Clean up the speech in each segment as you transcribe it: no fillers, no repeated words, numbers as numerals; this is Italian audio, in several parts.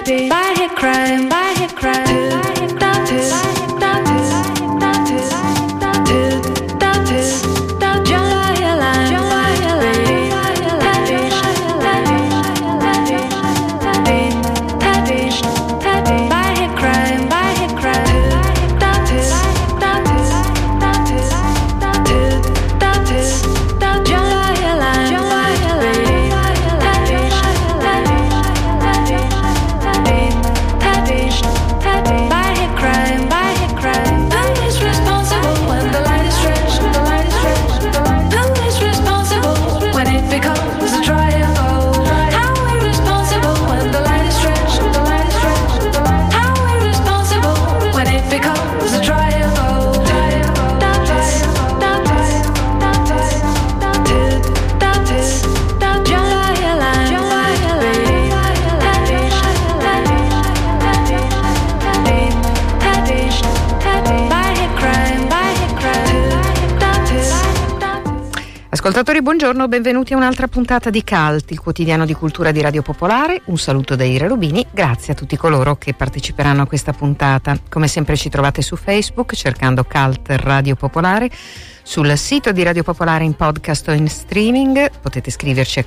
Ascoltatori, buongiorno, benvenuti a un'altra puntata di CULT, il quotidiano di cultura di Radio Popolare. Un saluto da Ira Rubini, grazie a tutti coloro che parteciperanno a questa puntata. Come sempre ci trovate su Facebook cercando CULT Radio Popolare, sul sito di Radio Popolare in podcast o in streaming. Potete scriverci a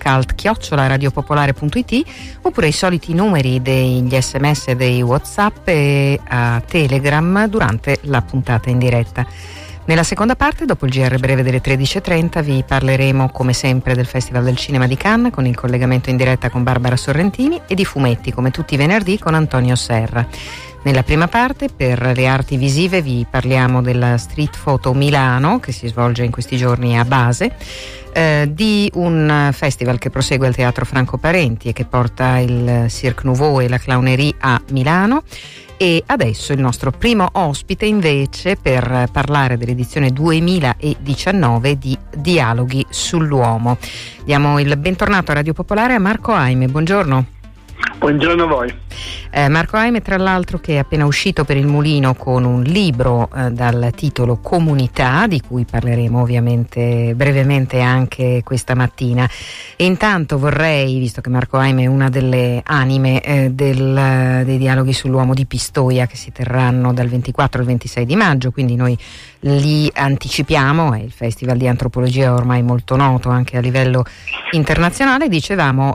cult@radiopopolare.it oppure ai soliti numeri degli SMS e dei WhatsApp e a Telegram durante la puntata in diretta. Nella seconda parte, dopo il GR breve delle 13.30, vi parleremo come sempre del Festival del Cinema di Cannes con il collegamento in diretta con Barbara Sorrentini e di fumetti come tutti i venerdì con Antonio Serra. Nella prima parte, per le arti visive, vi parliamo della Street Photo Milano che si svolge in questi giorni a Base, di un festival che prosegue al Teatro Franco Parenti e che porta il Cirque Nouveau e la Clownerie a Milano. E adesso il nostro primo ospite invece per parlare dell'edizione 2019 di Dialoghi sull'uomo. Diamo il bentornato a Radio Popolare a Marco Aime, buongiorno. Buongiorno a voi. Marco Aime, tra l'altro, che è appena uscito per il Mulino con un libro dal titolo Comunità, di cui parleremo ovviamente brevemente anche questa mattina. E intanto vorrei, visto che Marco Aime è una delle anime dei Dialoghi sull'uomo di Pistoia, che si terranno dal 24 al 26 di maggio, quindi noi li anticipiamo, è il festival di antropologia ormai molto noto anche a livello internazionale, dicevamo.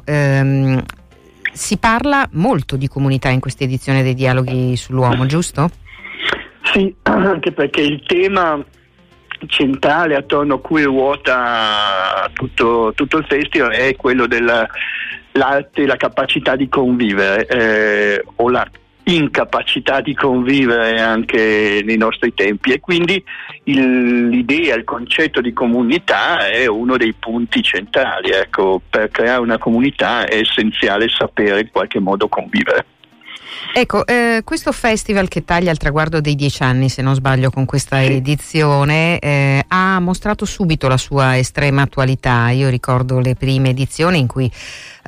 Si parla molto di comunità in questa edizione dei Dialoghi sull'uomo, giusto? Sì, anche perché il tema centrale attorno a cui ruota tutto il festival è quello dell'arte e la capacità di convivere, o la incapacità di convivere anche nei nostri tempi, e quindi l'idea, il concetto di comunità è uno dei punti centrali. Ecco, per creare una comunità è essenziale sapere in qualche modo convivere. Ecco, questo festival che taglia il traguardo dei 10 anni, se non sbaglio, con questa edizione, ha mostrato subito la sua estrema attualità. Io ricordo le prime edizioni in cui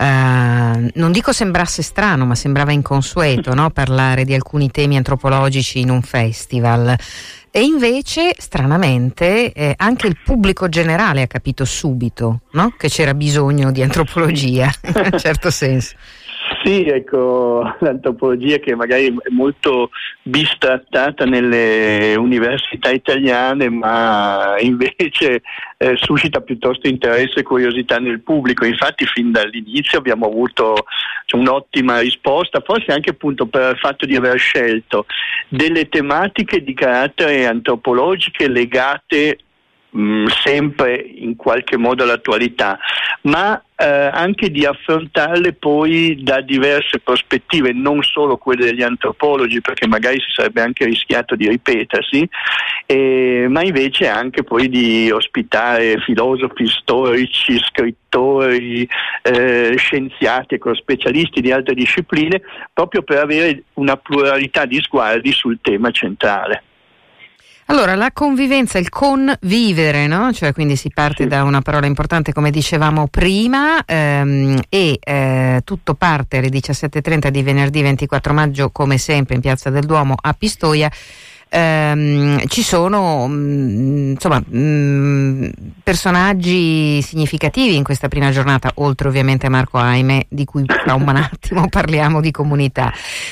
non dico sembrasse strano, ma sembrava inconsueto, no? Parlare di alcuni temi antropologici in un festival. E invece, stranamente, anche il pubblico generale ha capito subito, no? Che c'era bisogno di antropologia, in un certo senso. Sì, ecco, l'antropologia che magari è molto bistrattata nelle università italiane, ma invece suscita piuttosto interesse e curiosità nel pubblico. Infatti fin dall'inizio abbiamo avuto un'ottima risposta, forse anche appunto per il fatto di aver scelto delle tematiche di carattere antropologiche legate sempre in qualche modo all'attualità, ma anche di affrontarle poi da diverse prospettive, non solo quelle degli antropologi, perché magari si sarebbe anche rischiato di ripetersi, ma invece anche poi di ospitare filosofi, storici, scrittori, scienziati, ecco, specialisti di altre discipline, proprio per avere una pluralità di sguardi sul tema centrale. Allora, la convivenza, il convivere, no? Cioè, quindi si parte da una parola importante, come dicevamo prima, tutto parte alle 17.30 di venerdì 24 maggio, come sempre in Piazza del Duomo a Pistoia. Ci sono personaggi significativi in questa prima giornata, oltre ovviamente a Marco Haime, di cui fra un attimo parliamo di comunità.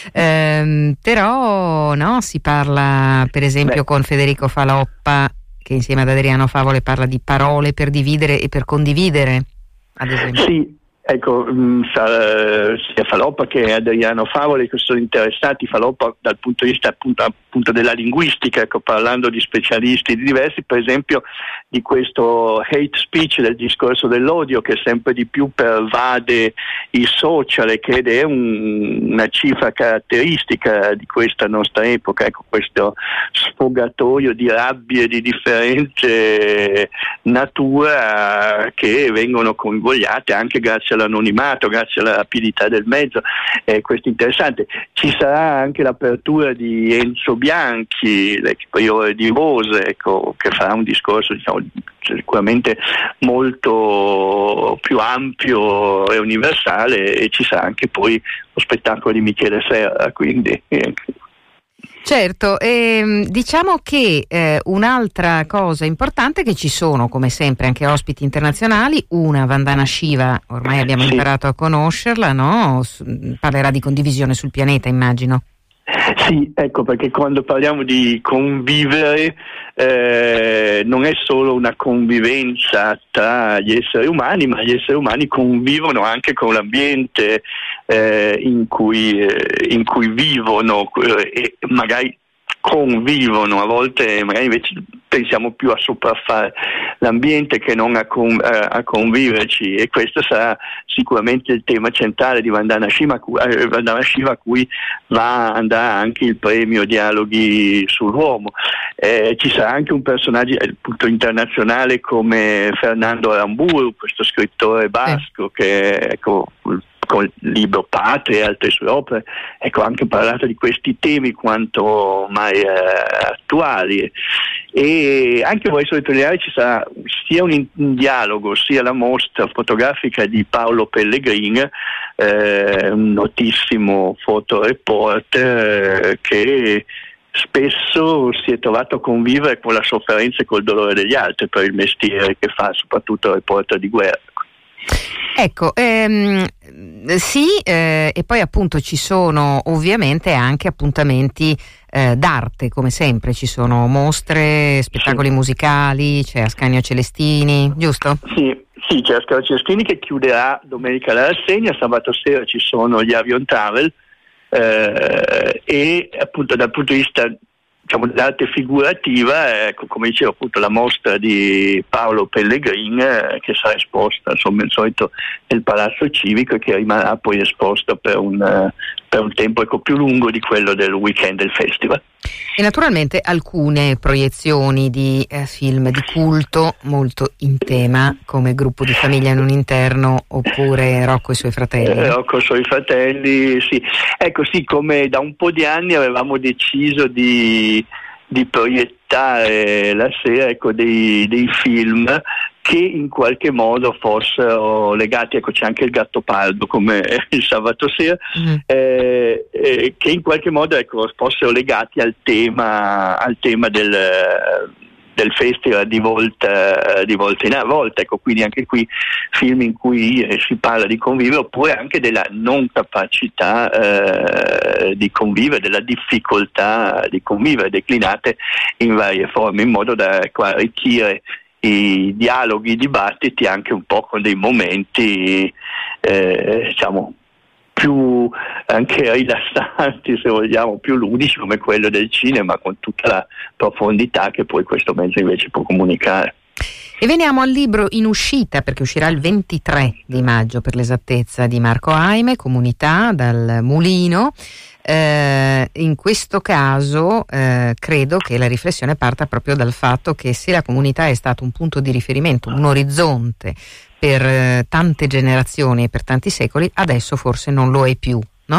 Però no, si parla per esempio con Federico Faloppa, che insieme ad Adriano Favole parla di parole per dividere e per condividere, ad esempio. Sì, ecco, sia Faloppa che Adriano Favole che sono interessati, Faloppa dal punto di vista appunto della linguistica, ecco, parlando di specialisti diversi, per esempio di questo hate speech, del discorso dell'odio che sempre di più pervade i social ed è una cifra caratteristica di questa nostra epoca, ecco, questo sfogatoio di rabbie, di differenze natura che vengono convogliate anche grazie all'anonimato, grazie alla rapidità del mezzo. Questo è interessante. Ci sarà anche l'apertura di Enzo Bianchi, l'ex priore di Rose, ecco, che farà un discorso, diciamo, sicuramente molto più ampio e universale, e ci sarà anche poi lo spettacolo di Michele Serra, quindi certo, diciamo che un'altra cosa importante è che ci sono come sempre anche ospiti internazionali. Una, Vandana Shiva, ormai abbiamo imparato a conoscerla, no? Parlerà di condivisione sul pianeta, immagino. Sì, ecco, perché quando parliamo di convivere non è solo una convivenza tra gli esseri umani, ma gli esseri umani convivono anche con l'ambiente in cui vivono e magari convivono, a volte magari invece pensiamo più a sopraffare l'ambiente che non a conviverci, e questo sarà sicuramente il tema centrale di Vandana Shiva, a cui andrà anche il premio Dialoghi sull'uomo. Ci sarà anche un personaggio appunto internazionale come Fernando Aramburu, questo scrittore basco che, ecco, con il libro Patria e altre sue opere, ecco, anche parlato di questi temi quanto mai attuali. E anche vorrei sottolineare ci sarà sia un dialogo sia la mostra fotografica di Paolo Pellegrin, un notissimo fotoreporter che spesso si è trovato a convivere con la sofferenza e col dolore degli altri per il mestiere che fa, soprattutto reporter di guerra. Ecco, sì, e poi appunto ci sono ovviamente anche appuntamenti d'arte, come sempre, ci sono mostre, spettacoli musicali, c'è Ascanio Celestini, giusto? Sì, c'è Ascanio Celestini che chiuderà domenica la rassegna, sabato sera ci sono gli Avion Travel e appunto dal punto di vista, diciamo, dell'arte figurativa, ecco, come dicevo, appunto la mostra di Paolo Pellegrin che sarà esposta, insomma, al solito nel Palazzo Civico, e che rimarrà poi esposta per un tempo, ecco, più lungo di quello del weekend del festival. E naturalmente alcune proiezioni di film di culto molto in tema, come Gruppo di famiglia non interno oppure Rocco e i suoi fratelli. Rocco e i suoi fratelli, sì. Ecco, sì, come da un po' di anni avevamo deciso di proiettare la sera, ecco, dei film che in qualche modo fossero legati, ecco, c'è anche il Gattopardo come il sabato sera, che in qualche modo, ecco, fossero legati al tema del festival di volta in volta, ecco, quindi anche qui film in cui si parla di convivere, oppure anche della non capacità di convivere, della difficoltà di convivere, declinate in varie forme, in modo da, ecco, arricchire i dialoghi, i dibattiti anche un po' con dei momenti diciamo più anche rilassanti, se vogliamo, più ludici, come quello del cinema, con tutta la profondità che poi questo mezzo invece può comunicare. E veniamo al libro in uscita, perché uscirà il 23 di maggio per l'esattezza, di Marco Haime, Comunità, dal Mulino. In questo caso credo che la riflessione parta proprio dal fatto che se la comunità è stato un punto di riferimento, un orizzonte per tante generazioni e per tanti secoli, adesso forse non lo è più, no?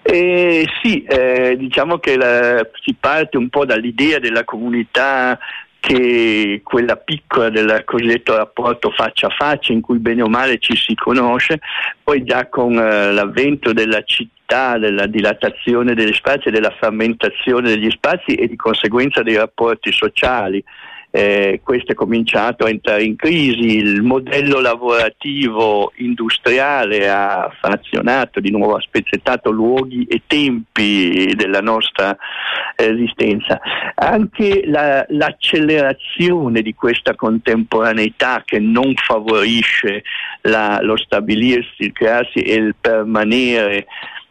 Sì, diciamo che si parte un po' dall'idea della comunità che quella piccola del cosiddetto rapporto faccia a faccia, in cui bene o male ci si conosce, poi già con l'avvento della città, della dilatazione degli spazi e della frammentazione degli spazi e di conseguenza dei rapporti sociali, questo è cominciato a entrare in crisi. Il modello lavorativo industriale ha frazionato di nuovo, ha spezzettato luoghi e tempi della nostra esistenza. Anche l'accelerazione di questa contemporaneità, che non favorisce lo stabilirsi, il crearsi e il permanere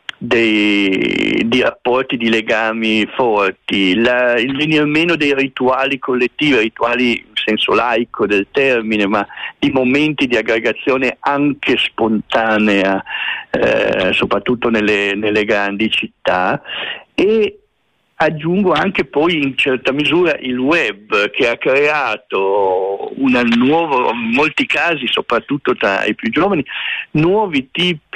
di rapporti, di legami forti, il venir meno dei rituali collettivi, rituali in senso laico del termine, ma di momenti di aggregazione anche spontanea, soprattutto nelle grandi città. E aggiungo anche poi in certa misura il web, che ha creato in molti casi, soprattutto tra i più giovani, nuovi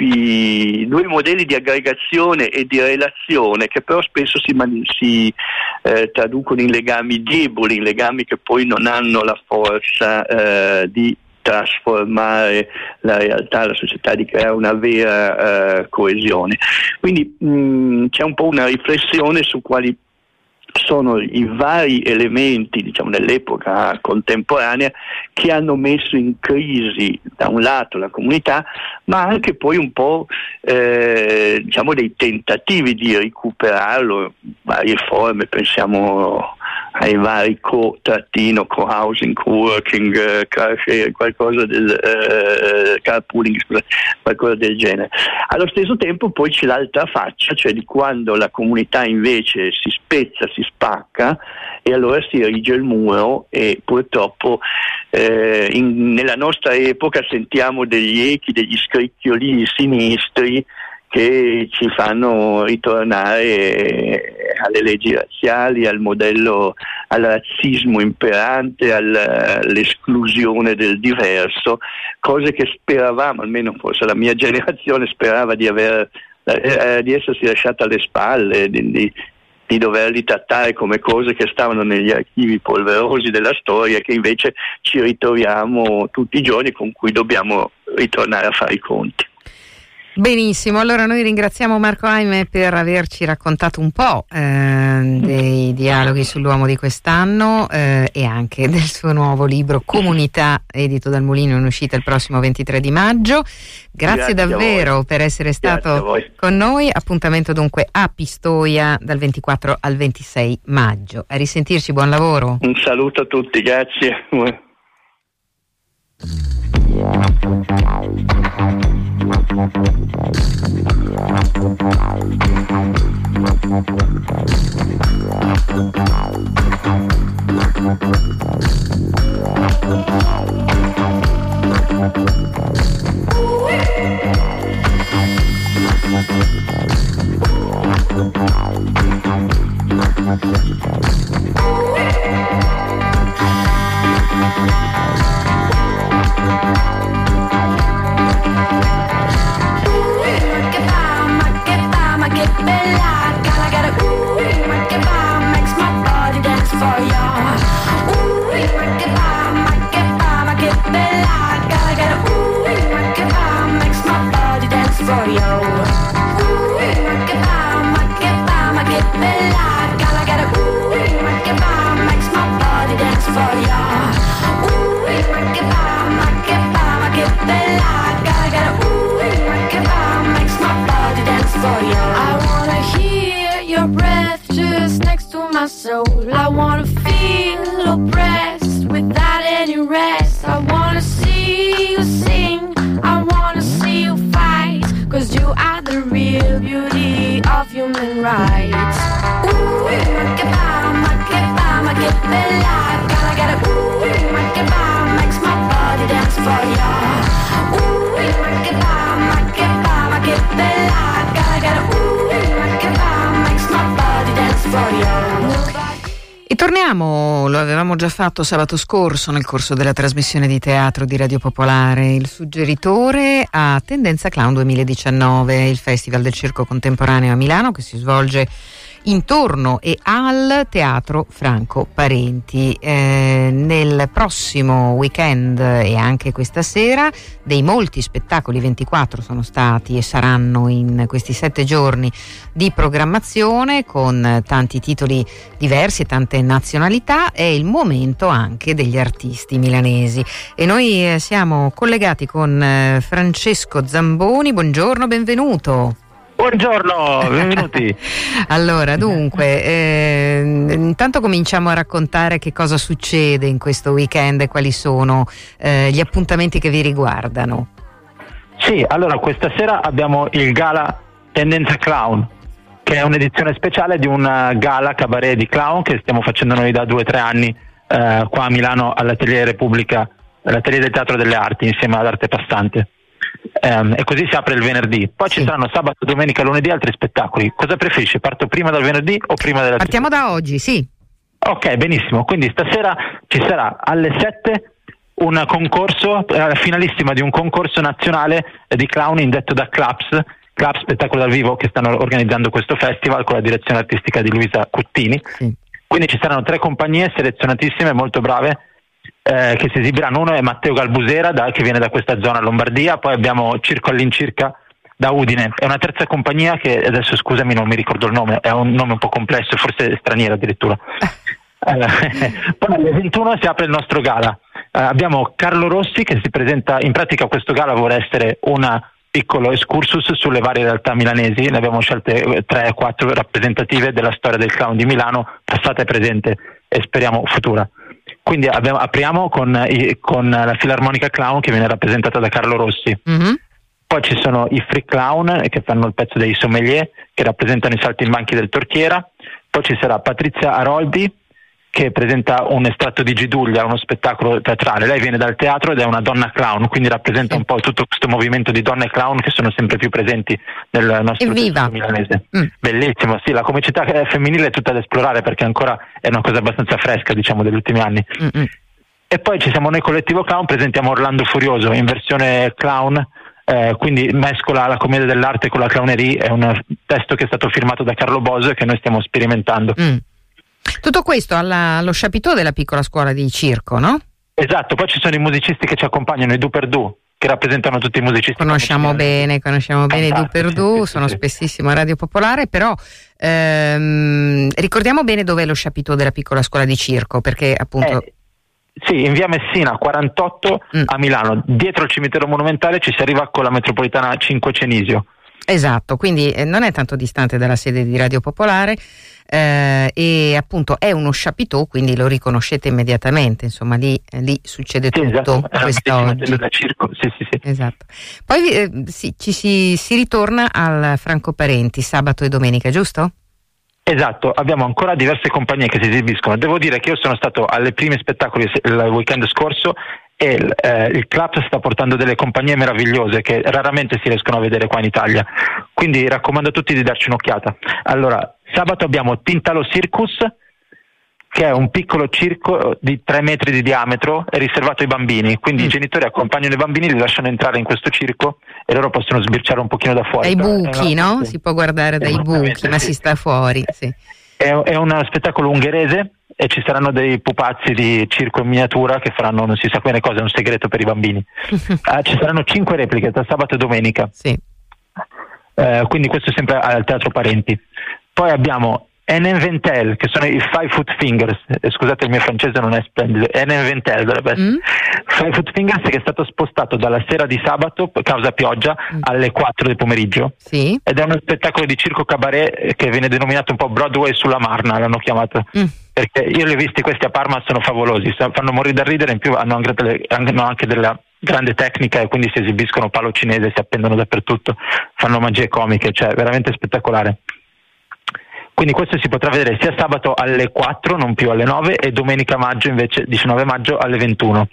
modelli di aggregazione e di relazione, che però spesso si traducono in legami deboli, in legami che poi non hanno la forza di trasformare la realtà, la società, di creare una vera coesione. Quindi c'è un po' una riflessione su quali sono i vari elementi, diciamo, nell'epoca contemporanea che hanno messo in crisi da un lato la comunità, ma anche poi un po' diciamo dei tentativi di recuperarlo in varie forme. Pensiamo ai vari co-housing, co-working, car sharing, qualcosa del carpooling, qualcosa del genere. Allo stesso tempo poi c'è l'altra faccia, cioè di quando la comunità invece si spezza, si spacca, e allora si erige il muro, e purtroppo nella nostra epoca sentiamo degli echi, degli scricchioli sinistri che ci fanno ritornare alle leggi razziali, al modello, al razzismo imperante, all'esclusione del diverso, cose che speravamo, almeno forse la mia generazione sperava di essersi lasciata alle spalle, di doverli trattare come cose che stavano negli archivi polverosi della storia, che invece ci ritroviamo tutti i giorni, con cui dobbiamo ritornare a fare i conti. Benissimo, allora noi ringraziamo Marco Aime per averci raccontato un po' dei dialoghi sull'uomo di quest'anno e anche del suo nuovo libro Comunità, edito dal Mulino, in uscita il prossimo 23 di maggio. Grazie davvero per essere stato con noi. Appuntamento dunque a Pistoia dal 24 al 26 maggio. A risentirci, buon lavoro. Un saluto a tutti, grazie. I wanna feel oppressed without any rest. I wanna see you sing, I wanna see you fight, 'cause you are the real beauty of human rights. Ooh, ma che bella, gotta get a ooh, ma che makes my body dance for ya. Ooh, ma che bella, gotta get a ooh, ma che makes my body dance for ya. E torniamo, lo avevamo già fatto sabato scorso nel corso della trasmissione di teatro di Radio Popolare, il suggeritore a Tendenza Clown 2019, il Festival del Circo Contemporaneo a Milano, che si svolge intorno e al Teatro Franco Parenti. Nel prossimo weekend e anche questa sera dei molti spettacoli, 24 sono stati e saranno in questi 7 giorni di programmazione con tanti titoli diversi e tante nazionalità. È il momento anche degli artisti milanesi e noi siamo collegati con Francesco Zamboni. Buongiorno, benvenuto. Buongiorno, benvenuti. Allora, dunque, intanto cominciamo a raccontare che cosa succede in questo weekend e quali sono gli appuntamenti che vi riguardano. Sì, allora questa sera abbiamo il Gala Tendenza Clown, che è un'edizione speciale di una gala cabaret di clown che stiamo facendo noi da 2-3 anni qua a Milano all'Atelier Repubblica, all'Atelier del Teatro delle Arti insieme ad Arte Passante. E così si apre il venerdì. Poi ci saranno sabato, domenica, lunedì altri spettacoli. Cosa preferisci? Parto prima dal venerdì o prima della... Partiamo da oggi, sì. Ok, benissimo. Quindi stasera ci sarà alle 7 un concorso, la finalissima di un concorso nazionale di clown indetto da Claps Spettacolo dal Vivo, che stanno organizzando questo festival con la direzione artistica di Luisa Cuttini. Sì. Quindi ci saranno 3 compagnie selezionatissime, molto brave, che si esibiranno. Uno è Matteo Galbusera che viene da questa zona Lombardia, poi abbiamo Circo all'Incirca da Udine, è una terza compagnia che adesso scusami non mi ricordo il nome, è un nome un po' complesso, forse straniero addirittura. Poi alle 21 si apre il nostro gala, abbiamo Carlo Rossi che si presenta. In pratica questo gala vuole essere un piccolo excursus sulle varie realtà milanesi, ne abbiamo scelte 3-4 rappresentative della storia del clown di Milano, passata e presente e speriamo futura. Quindi apriamo con la Filarmonica Clown che viene rappresentata da Carlo Rossi. Mm-hmm. Poi ci sono i Free Clown che fanno il pezzo dei sommelier, che rappresentano i saltimbanchi del Torchiera. Poi ci sarà Patrizia Aroldi che presenta un estratto di Giduglia, uno spettacolo teatrale. Lei viene dal teatro ed è una donna clown, quindi rappresenta un po' tutto questo movimento di donne clown che sono sempre più presenti nel nostro teatro milanese. Bellissimo, sì, la comicità femminile è tutta da esplorare perché ancora è una cosa abbastanza fresca, diciamo, degli ultimi anni. E poi ci siamo noi Collettivo Clown, presentiamo Orlando Furioso in versione clown, quindi mescola la commedia dell'arte con la clownerie. È un testo che è stato firmato da Carlo Boso e che noi stiamo sperimentando. Tutto questo allo chapiteau della piccola scuola di circo, no? Esatto, poi ci sono i musicisti che ci accompagniamo, i Du per Du, che rappresentano tutti i musicisti. Conosciamo bene i Du per Du, sono spessissimo a Radio Popolare, però ricordiamo bene dov'è lo chapiteau della piccola scuola di circo, perché appunto... Sì, in via Messina 48 a Milano, dietro il cimitero monumentale ci si arriva con la metropolitana 5 Cenisio. Esatto, quindi non è tanto distante dalla sede di Radio Popolare e appunto è uno chapiteau, quindi lo riconoscete immediatamente, insomma lì succede tutto quest'oggi. Circo. Sì. Esatto. Poi si ritorna al Franco Parenti sabato e domenica, giusto? Esatto, abbiamo ancora diverse compagnie che si esibiscono. Devo dire che io sono stato alle prime spettacoli il weekend scorso e il club sta portando delle compagnie meravigliose che raramente si riescono a vedere qua in Italia, quindi raccomando a tutti di darci un'occhiata. Allora, sabato abbiamo Tintalo Circus, che è un piccolo circo di 3 metri di diametro, è riservato ai bambini, quindi i genitori accompagnano i bambini, li lasciano entrare in questo circo e loro possono sbirciare un pochino da fuori. Dai buchi, no? Si può guardare dai buchi, ma si sta fuori, sì. È uno spettacolo ungherese e ci saranno dei pupazzi di circo in miniatura che faranno non si sa bene cosa, è un segreto per i bambini. Ci saranno 5 repliche tra sabato e domenica. Sì. Quindi questo è sempre al Teatro Parenti. Poi abbiamo Enventel, che sono i 5 Foot Fingers, scusate il mio francese non è splendido, Enventel dovrebbe essere. 5 Foot Fingers che è stato spostato dalla sera di sabato causa pioggia alle 4 del pomeriggio. Sì. Ed è uno spettacolo di circo cabaret che viene denominato un po' Broadway sulla Marna, l'hanno chiamato, perché io li ho visti questi a Parma, sono favolosi, fanno morire da ridere, in più hanno anche della grande tecnica e quindi si esibiscono palo cinese, si appendono dappertutto, fanno magie comiche, cioè veramente spettacolare. Quindi questo si potrà vedere sia sabato alle 4, non più alle 9, e domenica maggio invece 19 maggio alle 21.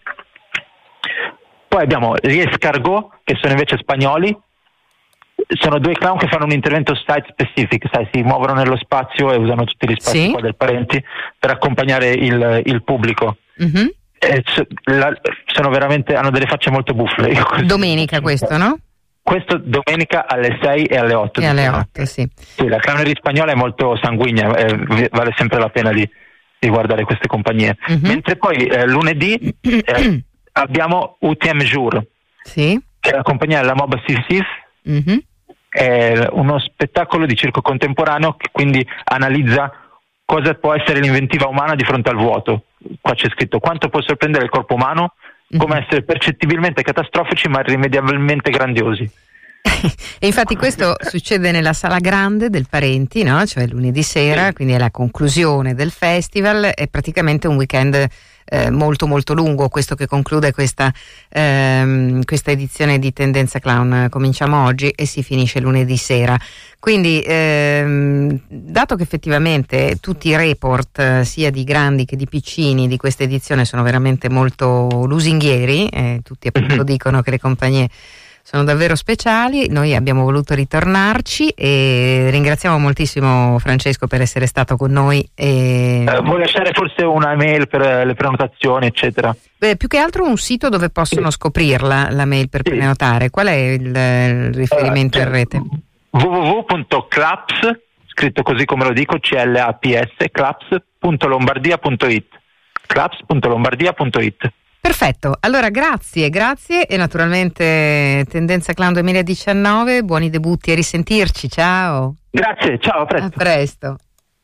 Poi abbiamo gli Escargot, che sono invece spagnoli, sono 2 clown che fanno un intervento site specific, si muovono nello spazio e usano tutti gli spazi qua del Parenti per accompagnare il pubblico. Sono veramente, hanno delle facce molto buffe. Domenica questo, no? Questo domenica alle 6 e alle 8. E alle 8, sì. Sì, la Clownerie spagnola è molto sanguigna, vale sempre la pena di guardare queste compagnie. Mentre poi lunedì abbiamo UTM Jour, sì, che è la compagnia della Mob Sif. È uno spettacolo di circo contemporaneo che quindi analizza cosa può essere l'inventiva umana di fronte al vuoto. Qua c'è scritto quanto può sorprendere il corpo umano, come essere percettibilmente catastrofici ma irrimediabilmente grandiosi. E infatti questo succede nella sala grande del Parenti, no? Cioè lunedì sera, quindi è la conclusione del festival, è praticamente un weekend molto molto lungo questo che conclude questa edizione di Tendenza Clown. Cominciamo oggi e si finisce lunedì sera, quindi dato che effettivamente tutti i report sia di grandi che di piccini di questa edizione sono veramente molto lusinghieri, tutti appunto dicono che le compagnie sono davvero speciali, noi abbiamo voluto ritornarci e ringraziamo moltissimo Francesco per essere stato con noi. Vuoi lasciare forse una mail per le prenotazioni eccetera? Più che altro un sito dove possono scoprirla, la mail per prenotare. Qual è il riferimento in rete? www.claps, scritto così come lo dico, CLAPS, claps.lombardia.it, claps.lombardia.it. Perfetto, allora grazie e naturalmente Tendenza Clown 2019, buoni debutti, a risentirci, ciao. Grazie, ciao, a presto. A presto.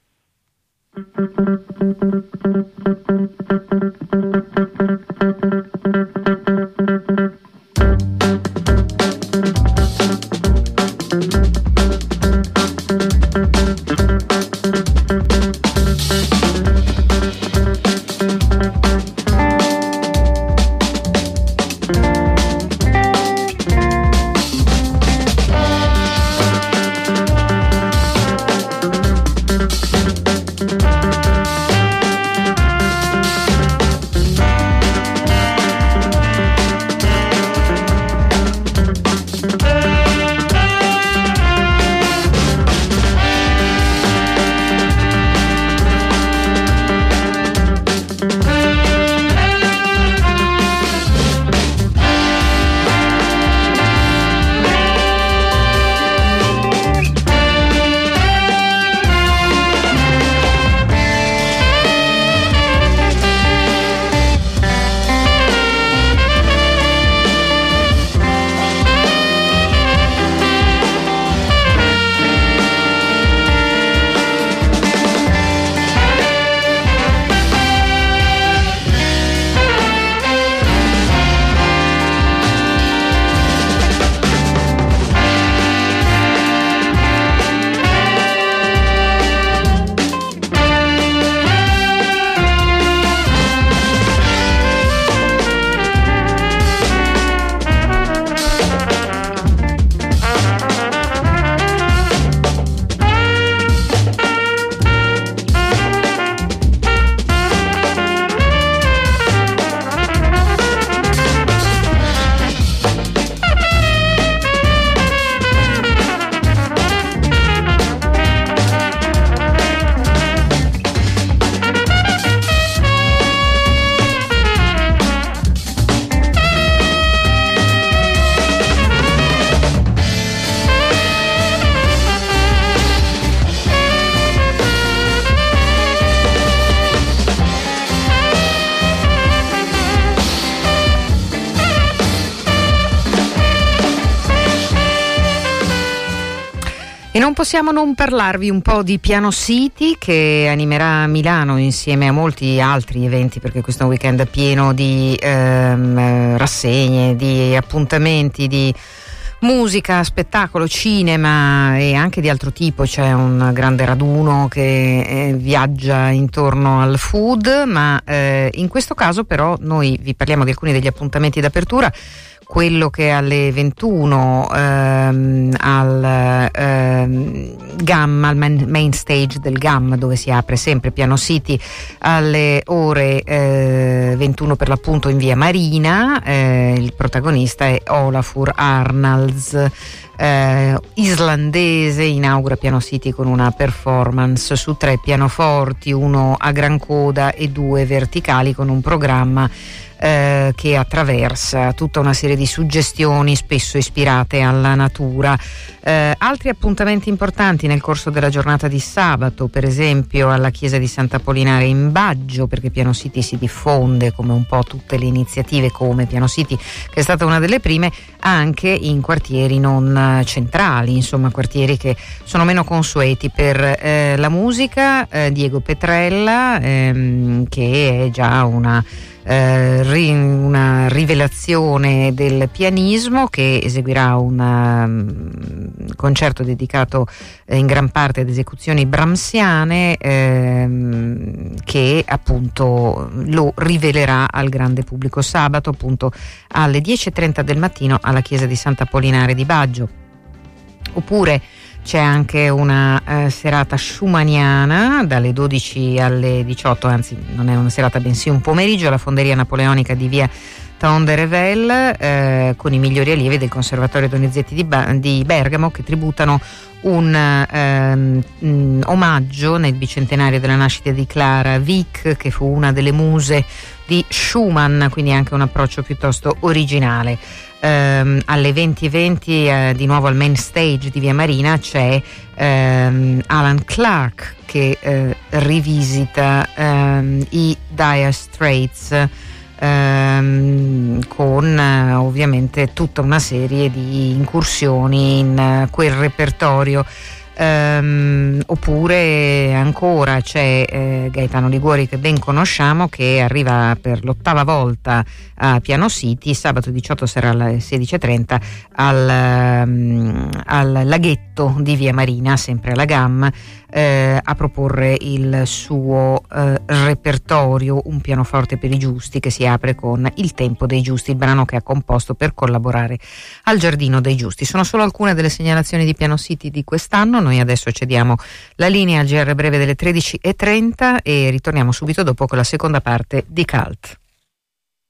E non possiamo non parlarvi un po' di Piano City, che animerà Milano insieme a molti altri eventi, perché questo è un weekend pieno di rassegne, di appuntamenti, di musica, spettacolo, cinema e anche di altro tipo. C'è un grande raduno che viaggia intorno al food, ma in questo caso però noi vi parliamo di alcuni degli appuntamenti d'apertura. Quello che alle 21 al GAM, al main stage del GAM, dove si apre sempre Piano City alle ore 21 per l'appunto in via Marina. Il protagonista è Olafur Arnalds, islandese, inaugura Piano City con una performance su 3 pianoforti, 1 a gran coda e 2 verticali, con un programma che attraversa tutta una serie di suggestioni spesso ispirate alla natura. Altri appuntamenti importanti nel corso della giornata di sabato, per esempio alla chiesa di Sant'Apollinare in Baggio, perché Piano City si diffonde, come un po' tutte le iniziative, come Piano City, che è stata una delle prime, anche in quartieri non centrali, insomma quartieri che sono meno consueti per la musica. Diego Petrella, che è già una rivelazione del pianismo, che eseguirà un concerto dedicato in gran parte ad esecuzioni brahmsiane, che appunto lo rivelerà al grande pubblico sabato appunto alle 10:30 del mattino alla chiesa di Sant'Apollinare di Baggio. Oppure c'è anche una serata schumanniana dalle 12 alle 18, anzi non è una serata bensì un pomeriggio, alla Fonderia Napoleonica di via Tonde-Revel, con i migliori allievi del Conservatorio Donizetti di Bergamo, che tributano un omaggio nel bicentenario della nascita di Clara Wieck, che fu una delle muse di Schumann, quindi anche un approccio piuttosto originale. Alle 20:20 di nuovo al main stage di Via Marina c'è Alan Clark, che rivisita i Dire Straits, con ovviamente tutta una serie di incursioni in quel repertorio. Oppure ancora c'è Gaetano Liguori, che ben conosciamo, che arriva per l'8ª volta a Piano City. Sabato 18 sarà alle 16:30 al laghetto di Via Marina, sempre alla GAM, a proporre il suo repertorio, un pianoforte per i giusti, che si apre con Il tempo dei giusti, il brano che ha composto per collaborare al Giardino dei Giusti. Sono solo alcune delle segnalazioni di Piano City di quest'anno. Noi adesso cediamo la linea al GR breve delle 13:30 e ritorniamo subito dopo con la seconda parte di Cult.